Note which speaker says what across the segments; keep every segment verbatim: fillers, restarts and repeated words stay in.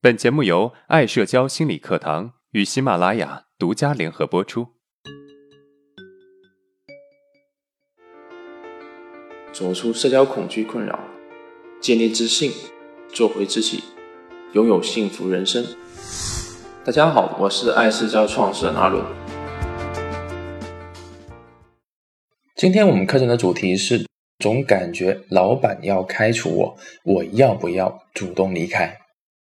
Speaker 1: 本节目由爱社交心理课堂与喜马拉雅独家联合播出。
Speaker 2: 走出社交恐惧困扰，建立自信，做回自己，拥有幸福人生。大家好，我是爱社交创始人阿伦。今天我们课程的主题是总感觉老板要开除我，我要不要主动离开？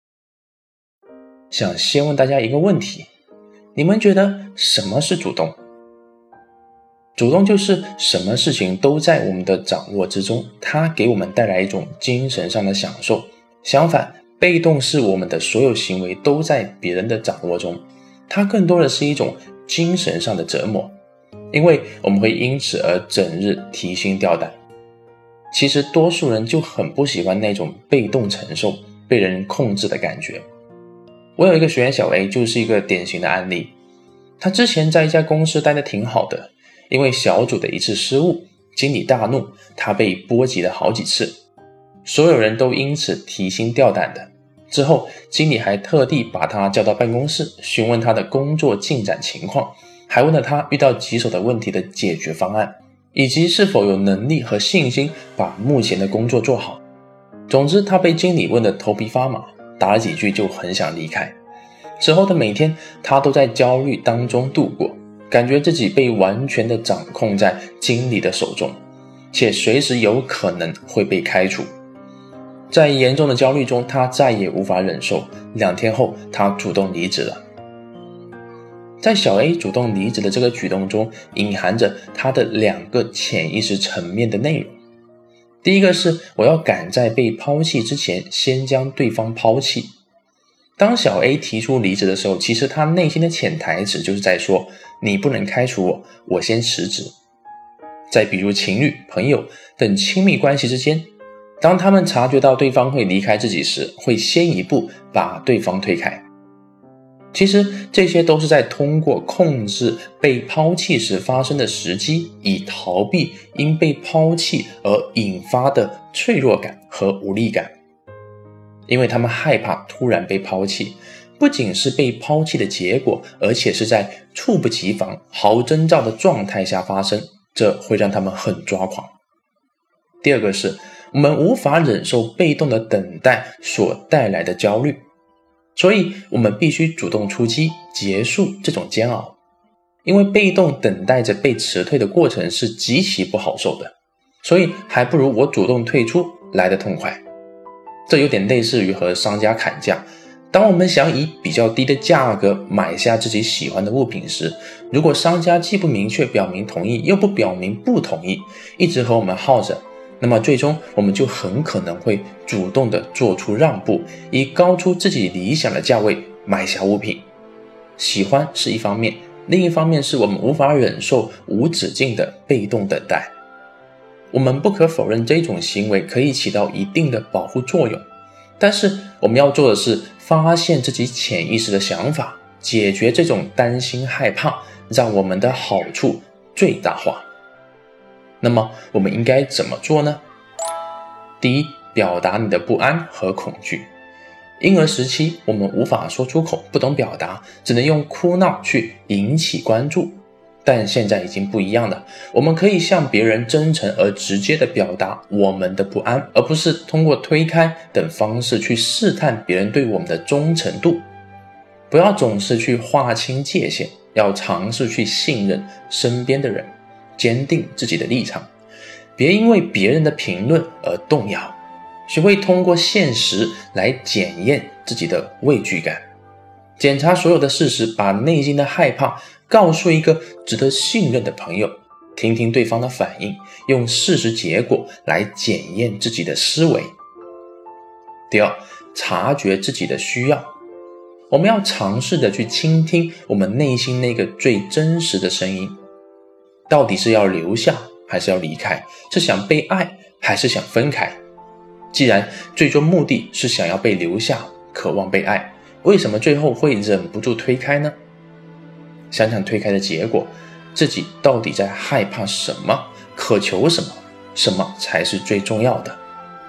Speaker 2: 想先问大家一个问题，你们觉得什么是主动？主动就是什么事情都在我们的掌握之中，它给我们带来一种精神上的享受。相反，被动是我们的所有行为都在别人的掌握中，它更多的是一种精神上的折磨，因为我们会因此而整日提心吊胆。其实多数人就很不喜欢那种被动承受、被人控制的感觉。我有一个学员小 A 就是一个典型的案例。他之前在一家公司待得挺好的，因为小组的一次失误，经理大怒，他被波及了好几次，所有人都因此提心吊胆的。之后经理还特地把他叫到办公室，询问他的工作进展情况，还问了他遇到棘手的问题的解决方案，以及是否有能力和信心把目前的工作做好。总之他被经理问得头皮发麻，打了几句就很想离开。之后的每天他都在焦虑当中度过，感觉自己被完全的掌控在经理的手中，且随时有可能会被开除。在严重的焦虑中，他再也无法忍受，两天后他主动离职了。在小 A 主动离职的这个举动中，隐含着他的两个潜意识层面的内容。第一个是，我要赶在被抛弃之前先将对方抛弃。当小 A 提出离职的时候，其实他内心的潜台词就是在说，你不能开除我，我先辞职。再比如情侣、朋友等亲密关系之间，当他们察觉到对方会离开自己时，会先一步把对方推开。其实这些都是在通过控制被抛弃时发生的时机，以逃避因被抛弃而引发的脆弱感和无力感。因为他们害怕突然被抛弃，不仅是被抛弃的结果，而且是在猝不及防、毫无征兆的状态下发生，这会让他们很抓狂。第二个是，我们无法忍受被动的等待所带来的焦虑，所以我们必须主动出击，结束这种煎熬。因为被动等待着被辞退的过程是极其不好受的，所以还不如我主动退出来得痛快。这有点类似于和商家砍价，当我们想以比较低的价格买下自己喜欢的物品时，如果商家既不明确表明同意，又不表明不同意，一直和我们耗着，那么最终我们就很可能会主动的做出让步，以高出自己理想的价位买下物品。喜欢是一方面，另一方面是我们无法忍受无止境的被动等待。我们不可否认这种行为可以起到一定的保护作用，但是我们要做的是发现自己潜意识的想法，解决这种担心害怕，让我们的好处最大化。那么我们应该怎么做呢？第一，表达你的不安和恐惧。婴儿时期我们无法说出口，不懂表达，只能用哭闹去引起关注。但现在已经不一样了，我们可以向别人真诚而直接地表达我们的不安，而不是通过推开等方式去试探别人对我们的忠诚度。不要总是去划清界限，要尝试去信任身边的人，坚定自己的立场，别因为别人的评论而动摇，学会通过现实来检验自己的畏惧感，检查所有的事实，把内心的害怕告诉一个值得信任的朋友，听听对方的反应，用事实结果来检验自己的思维。第二，察觉自己的需要。我们要尝试的去倾听我们内心那个最真实的声音，到底是要留下还是要离开，是想被爱还是想分开。既然最终目的是想要被留下，渴望被爱，为什么最后会忍不住推开呢？想想推开的结果，自己到底在害怕什么，渴求什么，什么才是最重要的。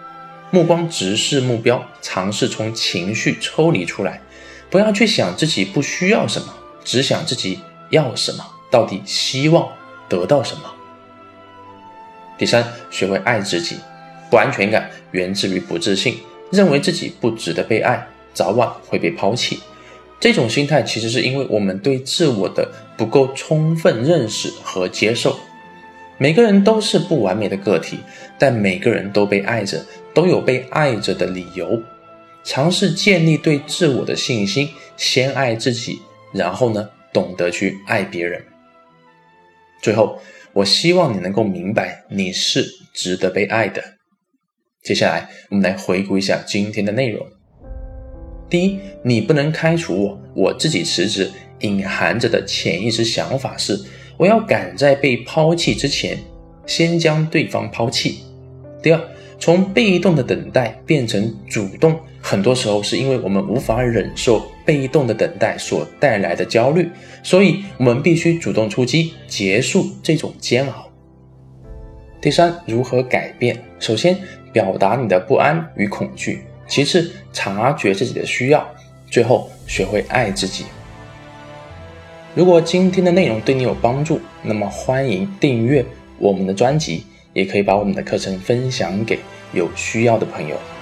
Speaker 2: 目光直视目标，尝试从情绪抽离出来，不要去想自己不需要什么，只想自己要什么，到底希望得到什么。第三，学会爱自己。不安全感源自于不自信，认为自己不值得被爱，早晚会被抛弃。这种心态其实是因为我们对自我的不够充分认识和接受。每个人都是不完美的个体，但每个人都被爱着，都有被爱着的理由。尝试建立对自我的信心，先爱自己，然后呢，懂得去爱别人。最后，我希望你能够明白，你是值得被爱的。接下来，我们来回顾一下今天的内容。第一，你不能开除我，我自己辞职，隐含着的潜意识想法是，我要赶在被抛弃之前，先将对方抛弃。第二，从被动的等待变成主动，很多时候是因为我们无法忍受被动的等待所带来的焦虑，所以我们必须主动出击，结束这种煎熬。第三，如何改变？首先，表达你的不安与恐惧，其次，察觉自己的需要，最后，学会爱自己。如果今天的内容对你有帮助，那么欢迎订阅我们的专辑，也可以把我们的课程分享给有需要的朋友。